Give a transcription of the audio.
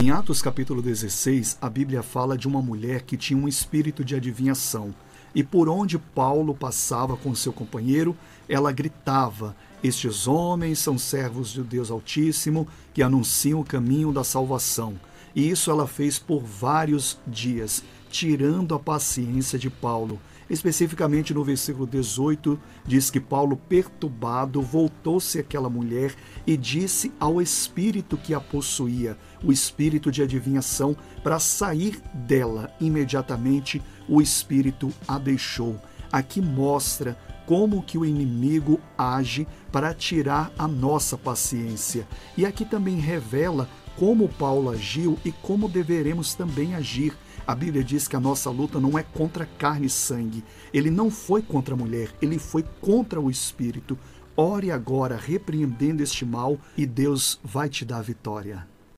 Em Atos capítulo 16, a Bíblia fala de uma mulher que tinha um espírito de adivinhação. E por onde Paulo passava com seu companheiro, ela gritava: "Estes homens são servos de Deus Altíssimo, que anunciam o caminho da salvação." E isso ela fez por vários dias, tirando a paciência de Paulo. Especificamente no versículo 18, diz que Paulo, perturbado, voltou-se àquela mulher e disse ao espírito que a possuía, o espírito de adivinhação, para sair dela. Imediatamente o espírito a deixou. Aqui mostra como que o inimigo age para tirar a nossa paciência. E aqui também revela como Paulo agiu e como deveremos também agir. A Bíblia diz que a nossa luta não é contra carne e sangue. Ele não foi contra a mulher, ele foi contra o espírito. Ore agora repreendendo este mal e Deus vai te dar a vitória.